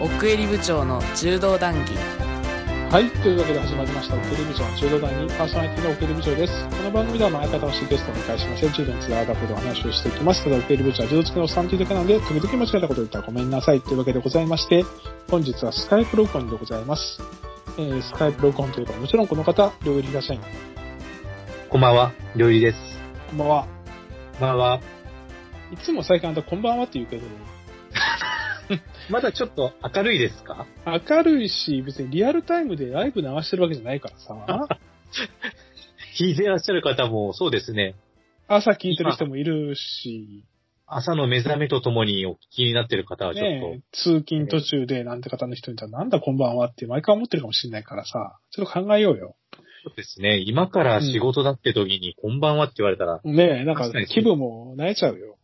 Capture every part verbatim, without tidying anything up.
奥襟部長の柔道談義。 はい、というわけで始まりました奥襟部長の柔道談義、パーソナリティの奥襟部長です。この番組では毎回楽しいゲストをお迎えしまして柔道につながったことを話をしていきます。ただ奥襟部長は柔道付きのおっさんというだけなので時々間違えたことを言ったらごめんなさいというわけでございまして、本日はスカイプ録音でございます。えー、スカイプ録音というかもちろんこの方両入りらっしゃい。 こんばんは、両入りです。 こんばんは。 こんばんは。 いつも最近あんたこんばんはって言うけどまだちょっと明るいですか？ 明るいし、別にリアルタイムでライブ流してるわけじゃないからさ。 聞いてらっしゃる方もそうですね。 朝聞いてる人もいるし。 朝の目覚めとともにお聞きになってる方はちょっと。 ね、通勤途中でなんて方の人に言ったらなんだこんばんはって毎回思ってるかもしれないからさ。ちょっと考えようよ。 そうですね。今から仕事だって時に、こんばんはって言われたら。 ねえ、なんか気分も萎えちゃうよ。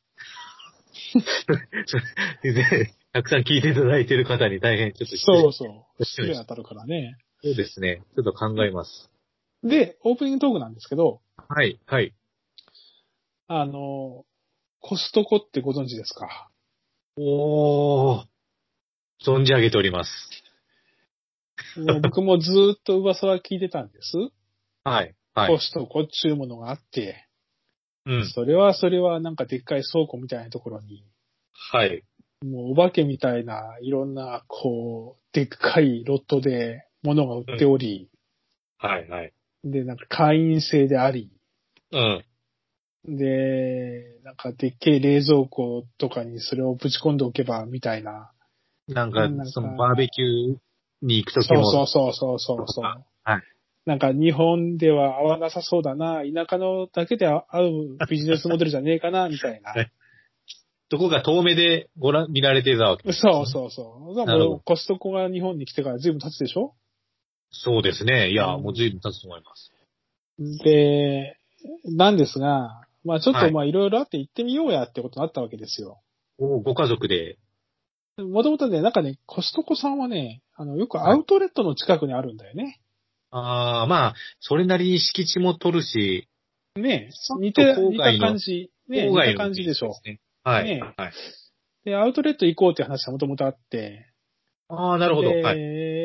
たくさん聞いていただいている方に大変ちょっとそうそう。失礼当たるからね。 そうですね。ちょっと考えます。 で、オープニングトークなんですけど。 はい、はい。 あの、コストコってご存知ですか？ おー。存じ上げております。 もう僕もずーっと噂は聞いてたんです。 はい、はい。 コストコっていうものがあって、 うん。 それはそれはなんかでっかい倉庫みたいなところに、 はい。 もうお化けみたいないろんな、こう、でっかいロットで物が売っており、 うん、はい、はい。 で、なんか会員制であり、 うん。 で、なんかでっけえ冷蔵庫とかにそれをぶち込んでおけばみたいな。 なんか、なんかそのバーベキューに行くときも。 そうそうそうそうそう。 はい。 なんか日本では合わなさそうだな、田舎のだけで合うビジネスモデルじゃねえかな、みたいな。 どこが遠目でご覧、見られてたわけですね。そうそうそう。もうコストコが日本に来てから随分経つでしょ？ そうですね。いや、うん、もう随分経つと思います。 で、なんですが、まあちょっとまあいろいろあって行ってみようやってことになったわけですよ。 おご家族で。 もともとね、なんかね、コストコさんはね、あの、よくアウトレットの近くにあるんだよね。 ああ、まあ、それなりに敷地も取るし。 ねえ、似て、似た感じ。ねえ、似た感じでしょ。 ね、はい。 ねえ、はい。 で、アウトレット行こうっていう話はもともとあって。 ああ、なるほど。 で、 はい、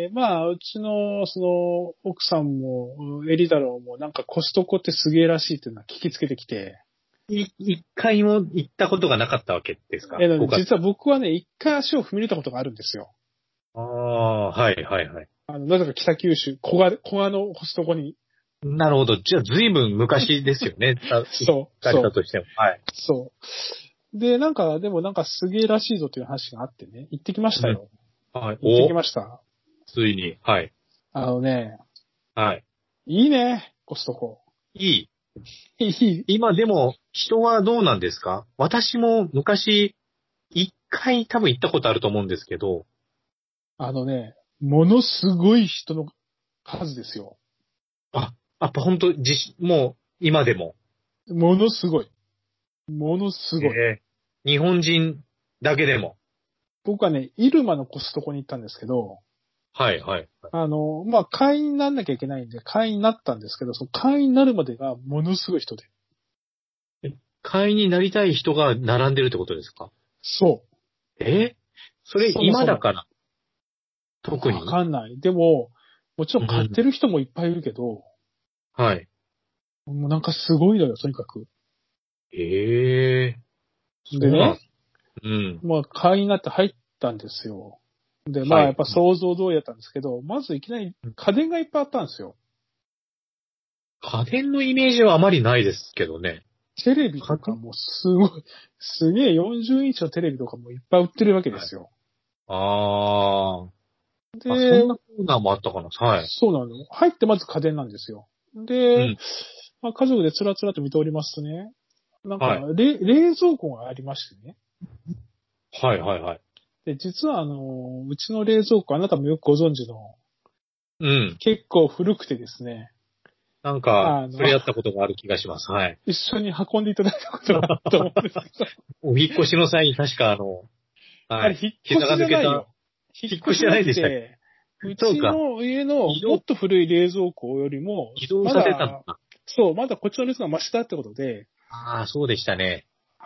まあ、うちの、その、奥さんも、エリダローも、なんかコストコってすげえらしいっていうのは聞きつけてきて。 い、一回も行ったことがなかったわけですか？ えー、実は僕はね、一回足を踏み入れたことがあるんですよ。 ああ、はいはいはい。 あの、なぜか北九州、小賀、小賀のコストコに。 なるほど。じゃあ、随分昔ですよね。 そう。 そう。としても。はい。 そう。で、なんか、でもなんかすげえらしいぞという話があってね、行ってきましたよ。 うん、はい。 行ってきました。 ついに。はい。 あのね。 はい。 いいね、コストコ。 いい。 いい。 今でも、人はどうなんですか？私も昔、一回多分行ったことあると思うんですけど。 あのね、ものすごい人の数ですよ。 あ、やっぱ本当、じ、もう、今でも。 ものすごい。ものすごい。 えー、日本人だけでも。 僕はね、イルマのコストコに行ったんですけど。 はいはい。 あの、まあ、会員になんなきゃいけないんで、会員になったんですけど、その会員になるまでがものすごい人で。 え、会員になりたい人が並んでるってことですか？ そう。 え？それ今だから。特にわかんない。でも、もちろん買ってる人もいっぱいいるけど。 うん、はい。 もうなんかすごいのよ、とにかく。 ええー。でね。 うん。 まあ、会員になって入ったんですよ。で、まあ、やっぱ想像通りだったんですけど、はい、まずいきなり家電がいっぱいあったんですよ。 家電のイメージはあまりないですけどね。 テレビとかもすごい、すげえよんじゅうインチのテレビとかもいっぱい売ってるわけですよ。 はい、ああ。 で、 あ、そんなコーナーもあったかな。はい。 そうなの。入ってまず家電なんですよ。で、うん、まあ、家族でつらつらと見ておりますとね、なんか、はい、冷蔵庫がありましてね。 はいはいはい。 で、実はあの、うちの冷蔵庫、あなたもよくご存知の、 うん。 結構古くてですね。 なんか、それやったことがある気がします。はい。 一緒に運んでいただいたことがあると思うんですけど。 お引っ越しの際に確かあの、はい。 あれ、引っ越しじゃないよ。 引っ越しじゃないでしたっけ？ うちの家のもっと古い冷蔵庫よりも、 移動されたのか。 そう、まだこっちの列がマシだってことで。 ああ、そうでしたね。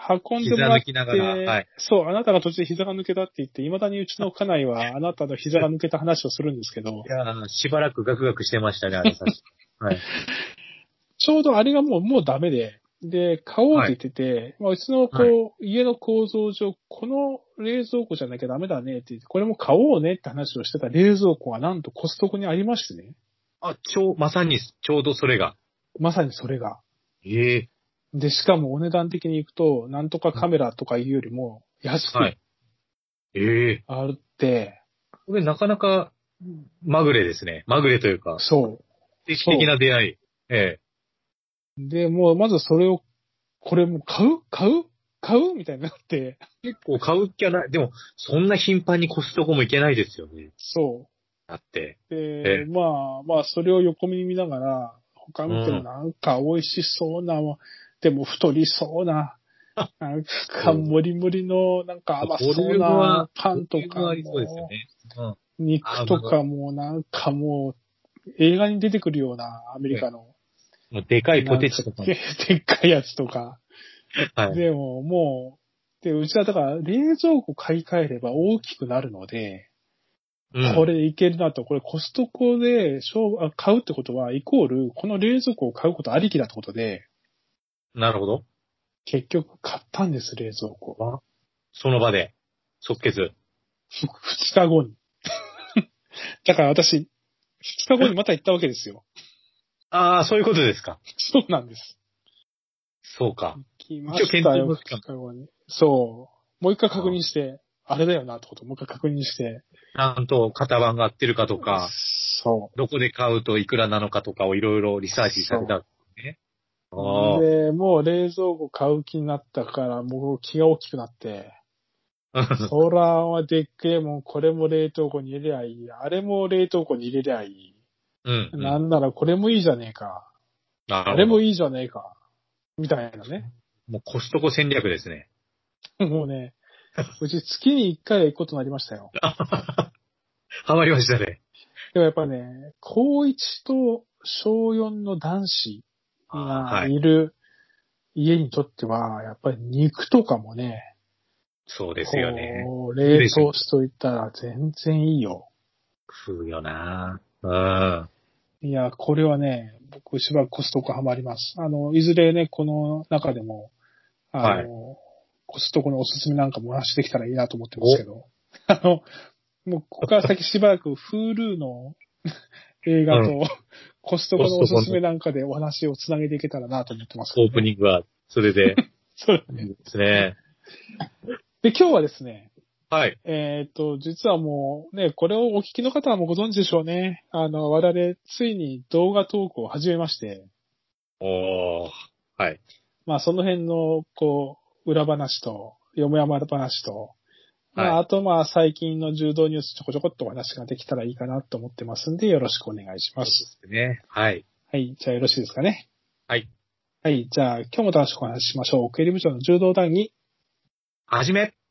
運んでもらって、 膝抜きながらはいそう、あなたが途中で膝が抜けたって言って、未だにうちの家内はあなたの膝が抜けた話をするんですけど、 いやー、しばらくガクガクしてましたね、あれ。はい。 ちょうどあれがもう、もうダメで、で、買おうって言ってて、まあ、うちのこう、 は家の構造上、この冷蔵庫じゃなきゃダメだねって言って、これも買おうねって話をしてた冷蔵庫がなんとコストコにありましてね。 あ、ちょう、まさに、ちょうどそれが。 まさにそれが。 ええで、しかもお値段的に行くと、なんとかカメラとかいうよりも安くはい。ええあるって、 これなかなか、まぐれですね。まぐれというか、 そ定期的な出会い。えう。で、もうまずそれを、これもう買う買う買うみたいになって、 え結構買う気はない。でも、そんな頻繁にコストコも行けないですよね。 そだって。 う。 えで、まあ、まあ、それを横目に見ながら、他見てもうんなんか美味しそうな、でも太りそうな、なんかもりもりの、なんか甘そうボリュームなは、 パンとかボリュームはありそうですよも、 ね。うん。 肉とかもなんかもう、映画に出てくるようなアメリカの、 もうでかいポテチとか。 ででっかいやつとか。 はい。 でももう、で、うちはだから冷蔵庫買い替えれば大きくなるので、 うんこれいけるなと、これコストコで勝負あ買うってことは、イコール、この冷蔵庫を買うことありきだってことで、 なるほど。 結局買ったんです、冷蔵庫。 あその場で、即決。 ふ二日後に。だから私、二日後にまた行ったわけですよ。 ああ、そういうことですか。 そうなんです。 そうか。 来ましたよ、二日後に。そう。もう一回確認して、あれだよなってことをもう一回確認して。 ちゃんと型番が合ってるかとか、 そどこで買うといくらなのかとかをいろいろリサーチされたんですね。 う。 ああ。 で、もう冷蔵庫買う気になったから、もう気が大きくなって、そらはでっけえもん、これも冷凍庫に入れりゃいい。あれも冷凍庫に入れりゃいい。 うん、うん。 なんならこれもいいじゃねえか。 なるほど。 あれもいいじゃねえか。みたいなね。 もうコストコ戦略ですね。 もうね、うち月に一回は行くことになりましたよ。 ハマりましたね。 でもやっぱね、高いちと小よんの男子がいる家にとっては、やっぱり肉とかもね、 そうですよね。 こう冷凍しといたら全然いいよ。 食うよなうん。 いや、これはね、僕しばらくコストコハマります。あの、いずれね、この中でも、あの、 はいコストコのおすすめなんかもお話できたらいいなと思ってますけど、あの、もうここから先しばらく Hulu の映画と、 うんコストコのおすすめなんかでお話をつなげていけたらなと思ってますけど、ね。 オープニングは、それで。 そうですね。 ですね。 で、今日はですね、 はい。 えっ、と、実はもうね、これをお聞きの方はもうご存知でしょうね。あの、我々、ついに動画投稿を始めまして、 おー。はい。 まあ、その辺の、こう、裏話と、よもやま話と、まあ、 はいあとまあ、最近の柔道ニュースちょこちょこっとお話ができたらいいかなと思ってますんで、よろしくお願いしま。 そうですすね。はい。 はい、じゃあよろしいですかね。 はい。 はい、じゃあ、今日も楽しくお話ししましょう。奥入部長の柔道談義。 はじめ。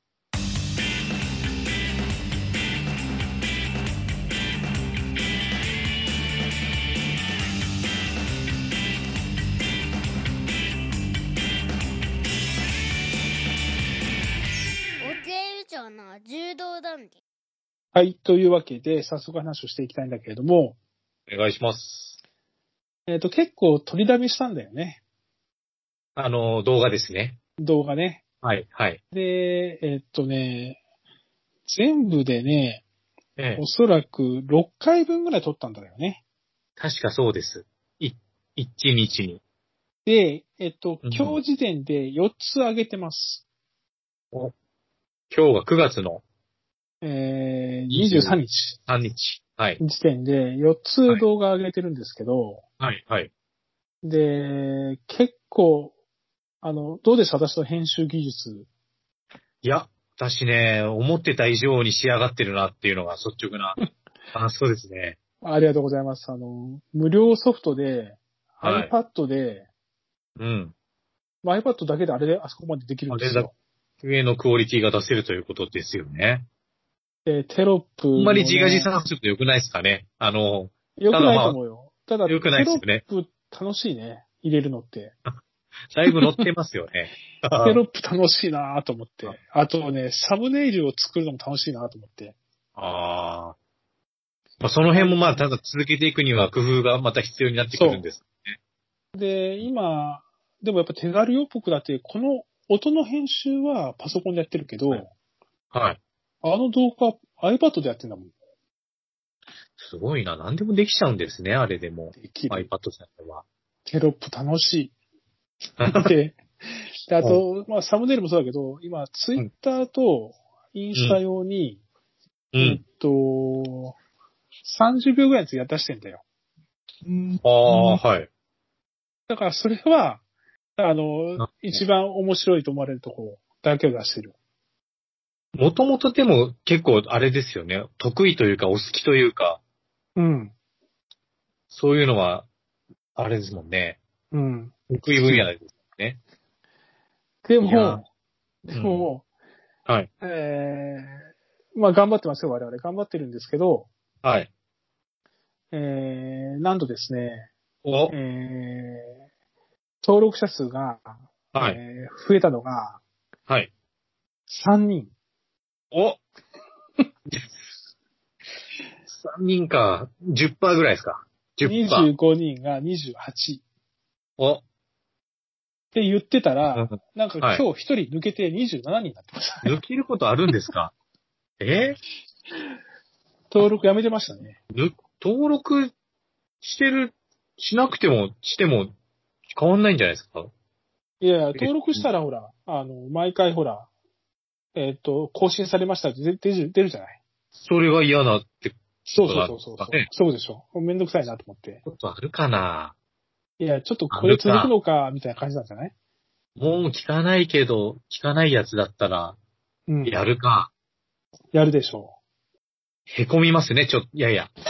奥江部長の柔道談義。 はい、というわけで、早速話をしていきたいんだけれども、 お願いします。 えっ、と、結構取りだめしたんだよね。 あの、動画ですね。 動画ね。 はい。はい。 で、えっ、とね、全部でね、 ええお。そらくろっかいぶんぐらい撮ったんだよね。 確かそうです。い、一日に。 で、えっとうん、 今日時点でよっつ上げてます。 お今日がくがつのえー、にじゅうさんにちさんにち。はい。 時点でよっつ動画上げてるんですけど、 はい。はい。 で、結構、あの、どうです私の編集技術。 いや、私ね、思ってた以上に仕上がってるなっていうのが率直な。あ、そうですね。 ありがとうございます。あの、無料ソフトで、 はい iPad で、 うん。 まあ iPad だけであれであそこまでできるんですよ。 上のクオリティが出せるということですよね。 で、テロップも、ね。 あんまり自画自賛すると良くないですかね。あの、 よくないと思うよ。ただ、 良くないですよねテロップ楽しいね。入れるのって。 だいぶ乗ってますよね。 テロップ楽しいなと思って。あとね、サムネイルを作るのも楽しいなと思って。 ああ。まあ、その辺もまあ、ただ続けていくには工夫がまた必要になってくるんですね。 で、今、でもやっぱ手軽よ、僕だって、この音の編集はパソコンでやってるけど、はい。 はい、 あの動画、iPad でやってんだもん。 すごいな。何でもできちゃうんですね、あれでも。できる。iPad さんは。 テロップ楽しい。で、であと、まあ、サムネイルもそうだけど、今、ツイッターとインスタ用に、うん、えっと、さんじゅうびょうぐらいのやつ出してんだよ。 うん、ああ、はい。 だからそれは、あの、一番面白いと思われるところだけを出してる。 もともとでも結構あれですよね。得意というかお好きというか。 うん。 そういうのは、あれですもんね。 うん。 得意分野ですね。 でも、でも、 うん、はい。 えー、まあ頑張ってますよ、我々。頑張ってるんですけど、 はい。 えー、なんとですね、 お、 えー、登録者数が、 はい、 えー、増えたのが、 はい。 さんにん。 おさんにんか。じゅっパーセントぐらいですか。じゅっパーセント。 にじゅうごにんがにじゅうはち。 おって言ってたら、うん、なんか今日ひとり抜けてにじゅうしちにんになってましたね。 抜けることあるんですか？え登録やめてましたね。 登録してる、しなくても、しても変わんないんじゃないですか？ いやいや、登録したらほら、あの、毎回ほら、えっと、更新されましたって出る、出るじゃない。 それが嫌なってそうそうそうそう。ね、そうでしょ。めんどくさいなと思って。 ちょっとあるかな？ いや、ちょっとこれ続くのか、みたいな感じなんじゃない？ もう聞かないけど、聞かないやつだったら、やるか、 うん。やるでしょう。へこみますね、ちょっと、いやいや。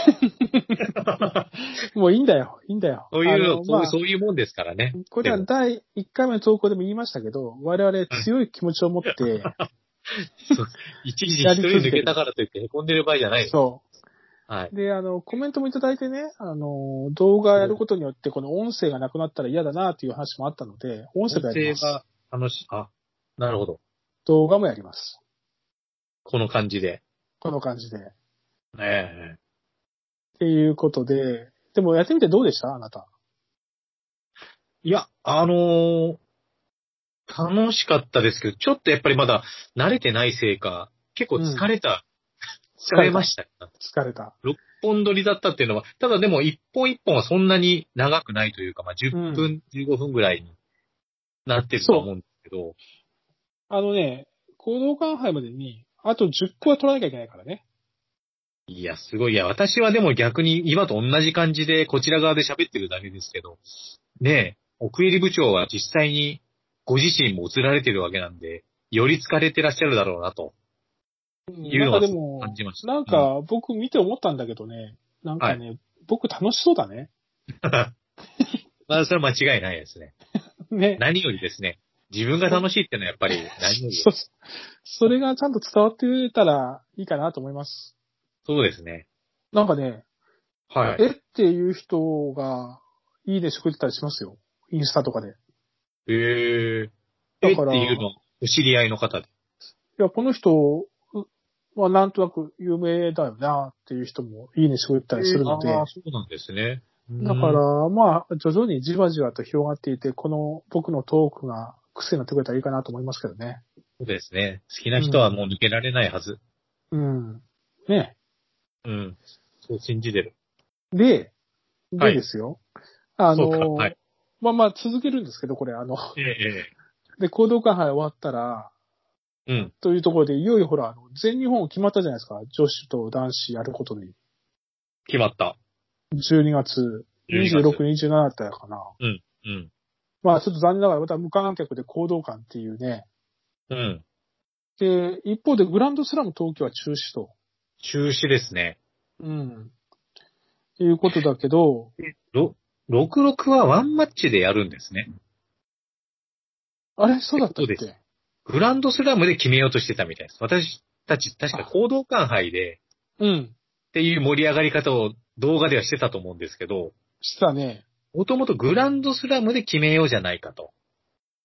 もういいんだよ、いいんだよ。 そういう、まあ、そういうもんですからね。 これはだいいっかいめの投稿でも言いましたけど、我々強い気持ちを持って、 そう一時一人抜けたからといってへこんでる場合じゃないです。 そう。 はい。 で、あの、コメントもいただいてね、あの、動画やることによって、この音声がなくなったら嫌だなっていう話もあったので、音声がやります。 音声が楽しい。あ、なるほど。 動画もやります。 この感じで。 この感じで。 ええ。 っていうことで、でもやってみてどうでしたあなた。 いや、あのー、楽しかったですけど、ちょっとやっぱりまだ慣れてないせいか、結構疲れた。うん、疲れました。 疲れた。 ろっぽん撮りだったっていうのは、ただでも一本一本はそんなに長くないというか、まあじゅっぷん、うん、じゅうごふんぐらいになってると思うんですけど。 あのね、行動館杯までに、あとじゅっこは撮らなきゃいけないからね。 いや、すごい。いや、私はでも逆に今と同じ感じでこちら側で喋ってるだけですけど、ねえ、奥入部長は実際にご自身も映られてるわけなんで、より疲れてらっしゃるだろうなと。いうのは感じました。 なんか僕見て思ったんだけどね、なんかね、はい、僕楽しそうだね。 まあ、それは間違いないですね。ね。何よりですね。自分が楽しいってのはやっぱり何より。 そう。それがちゃんと伝わってたらいいかなと思います。 そうですね。 なんかね、 はい。 えっていう人がいいねしてくれてたりしますよ。インスタとかで。 へえー。だから。えっていうの、お知り合いの方で。 いや、この人はなんとなく有名だよなっていう人もいいねしてくれたりするので。 ああ、そうなんですね。 だから、まあ、徐々にじわじわと広がっていて、この僕のトークが癖になってくれたらいいかなと思いますけどね。 そうですね。好きな人はもう抜けられないはず。 うん。うん、ね。 うん。そう信じてる。 で、でですよ。はい、あの、 はい、 まあまあ続けるんですけど、これあの、 ええ、 で、行動館杯終わったら、 うん。 というところで、いよいよほら、全日本決まったじゃないですか。女子と男子やることで。 決まった。 じゅうにがつ、にじゅうろく、にじゅうしちだったかな。 うん、うん。 まあちょっと残念ながらまた無観客で行動館っていうね。 うん。 で、一方でグランドスラム東京は中止と。 中止ですね。 うん。いうことだけど。 ろ、ろくろくはワンマッチでやるんですね。 あれそうだったっけ？ グランドスラムで決めようとしてたみたいです。私たち確か行動館杯で、 うん。 っていう盛り上がり方を動画ではしてたと思うんですけど。 したね。 もともとグランドスラムで決めようじゃないかと。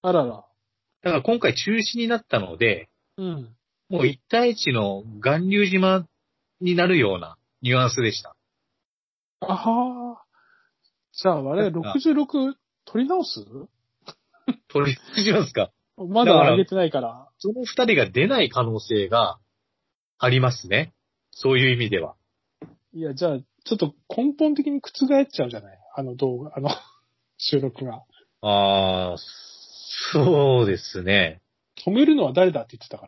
あらら。 だから今回中止になったので、 うん。 もう一対一の巌流島になるようなニュアンスでした。 あはー。じゃあ、あれ、ろくじゅうろく取り直す？ 取り直しますか？ まだ上げてないから。 その二人が出ない可能性がありますね。そういう意味では。 いや、じゃあ、ちょっと根本的に覆っちゃうじゃない？あの動画、あの、収録が。 ああ、そうですね。 止めるのは誰だって言ってたから。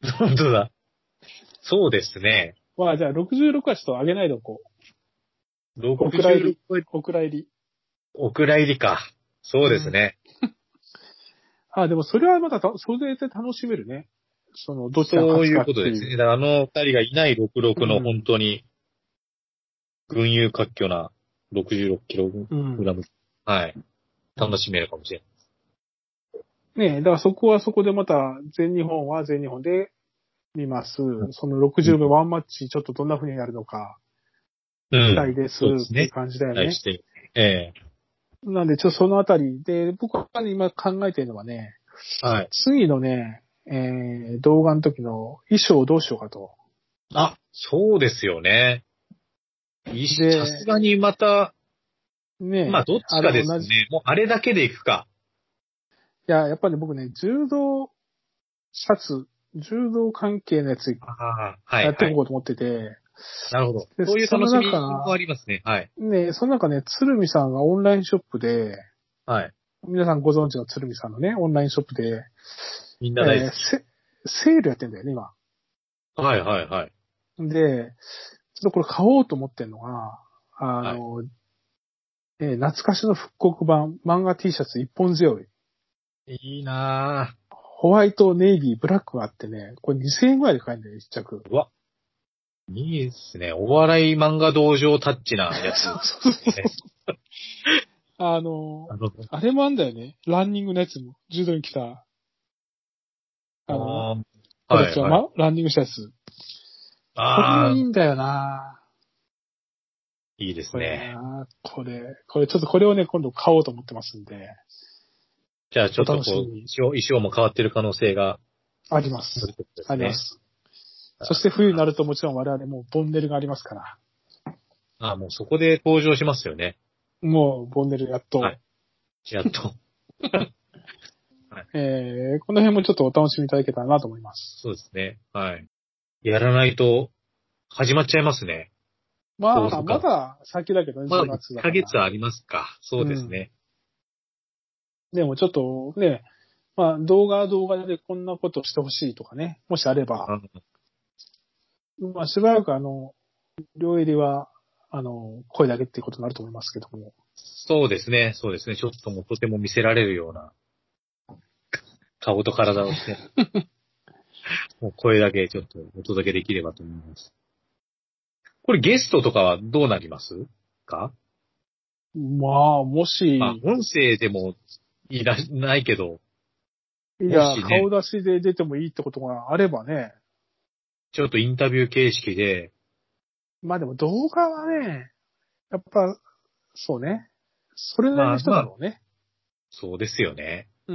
本当だ。そうですね。 まあ、じゃあ、ろくじゅうろくはちょっと上げないでおこう。 ろくお蔵入り。 じゅうろくお蔵入り。 お蔵入りか。そうですね。 あ、でもそれはまた、それで楽しめるね。その、どっちがそういう勝つかっていう。 ことですね。だからあの二人がいないろくじゅうろくの本当に、群雄割拠なろくじゅうろくキログラム。うん、はい。楽しめるかもしれない。ねえ、だからそこはそこでまた、全日本は全日本で見ます。そのろくじゅうろくワンマッチ、ちょっとどんな風になるのか、期待です、うん、っていう感じだよね。 して、ええー。なんで、ちょっとそのあたりで、僕は今考えてるのはね、 はい。 次のね、えー、動画の時の衣装をどうしようかと。 あ、そうですよね。さすがにまた、ね、まあどっちかですね。もうあれだけでいくか。 いや、やっぱり、ね、僕ね、柔道シャツ、柔道関係のやつやっていこうと思ってて。はいはい、 なるほど。そういう楽しみもありますね。はい。 ね、その中ね、鶴見さんがオンラインショップで、 はい。 皆さんご存知の鶴見さんのね、オンラインショップで、 みんな大好き、 えー、セールやってんだよね、今。 はいはいはい。 で、ちょっとこれ買おうと思ってんのが、あの、はい、えー、懐かしの復刻版漫画 T シャツ一本強い。 いいなぁ。 ホワイト、ネイビー、ブラックがあってね、これにせんえんぐらいで買えるんだよ、一着。 うわ。いいですね。お笑い漫画道場タッチなやつ。そうそうそう。 あの、あれもあんだよね。ランニングのやつも。柔道に来た。あの、あはい、はいま。ランニングしたやつ。ああ。これいいんだよな。 いいですね。 これ、これ、ちょっとこれをね、今度買おうと思ってますんで。 じゃあちょっとこう、衣装も変わってる可能性が。 あります。ね、あります。そして冬になるともちろん我々もうボンネルがありますから。 ああ、もうそこで登場しますよね。 もうボンネルやっと。 はい。やっと。 はい、えー、この辺もちょっとお楽しみいただけたらなと思います。 そうですね。はい。やらないと始まっちゃいますね。 まあ、まだ先だけどね、 まだいっかげつありますか。そうですね。 うん、でもちょっとね、まあ動画は動画でこんなことしてほしいとかね、もしあれば。うん、まあしばらくあの、両襟は、あの、声だけっていうことになると思いますけども。 そうですね、そうですね。ちょっともうとても見せられるような、顔と体をして、もう声だけちょっとお届けできればと思います。これゲストとかはどうなりますか？ まあ、もし。 まあ、音声でもいらないけど。 いや、ね、顔出しで出てもいいってことがあればね。 ちょっとインタビュー形式で。 まあでも動画はね、やっぱ、そうね。それなりの人だろうね。まあまあ、 そうですよね。 うん。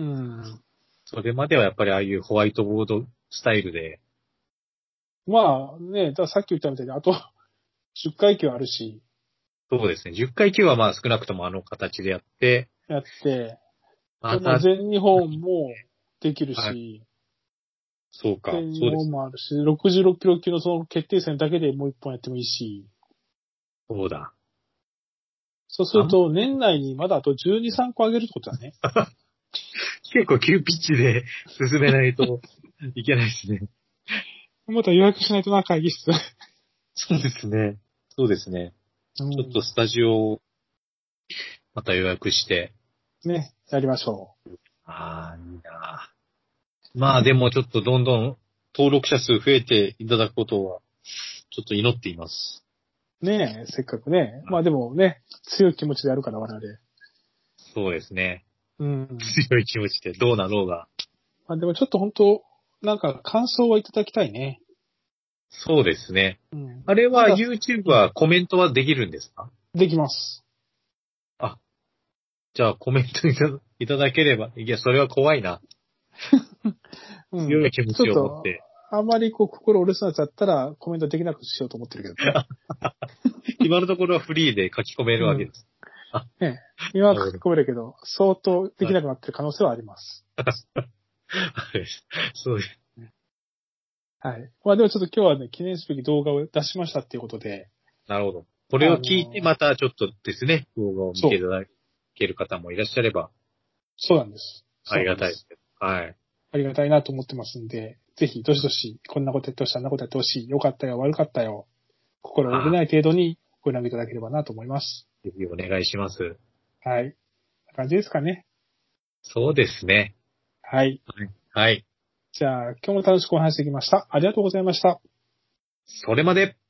それまではやっぱりああいうホワイトボードスタイルで。 まあね、だからさっき言ったみたいに、あとじゅっかい級あるし。 そうですね。じゅっかい級はまあ少なくともあの形でやって。 やって。また全日本もできるし。はい、 そうか。 全日本もあるし、ろくじゅうろくキロ級のその決定戦だけでもう一本やってもいいし。 そうだ。 そうすると年内にまだあとじゅうに、さんこ上げるってことだね。 結構急ピッチで進めないといけないですね。 また予約しないとな、会議室。 そうですね。そうですね。うん、ちょっとスタジオをまた予約して。 ね、やりましょう。 ああ、いいな。まあでもちょっとどんどん登録者数増えていただくことは、ちょっと祈っています。 ねえ、せっかくね。まあでもね、強い気持ちでやるから我々。 そうですね。 うん。 強い気持ちでどうなろうが。 まあでもちょっと本当なんか感想はいただきたいね。 そうですね。うん、あれは YouTube はコメントはできるんですか？ できます。 あ、じゃあコメントいいただければ、いや、それは怖いな。 うん、 強い気持ちを持って。 あまりこう心折れそうなやつだったらコメントできなくしようと思ってるけどね。 今のところはフリーで書き込めるわけです。 うん、ね今は書き込めるけど、相当できなくなってる可能性はあります。 そうです。 はい。まあでもちょっと今日はね、記念すべき動画を出しましたっていうことで。 なるほど。これを聞いてまたちょっとですね、動画を見ていただける方もいらっしゃれば。 そうなんです。 ありがたいです。はい。 ありがたいなと思ってますんで、ぜひ、どしどし、こんなことやってほしい、あんなことやってほしい、良かったよ、悪かったよ、心折れない程度にご覧いただければなと思います。 ぜひお願いします。 はい。こんな感じですかね。 そうですね。 はい。 はい。はい。 じゃあ、今日も楽しくお話できました。ありがとうございました。 それまで。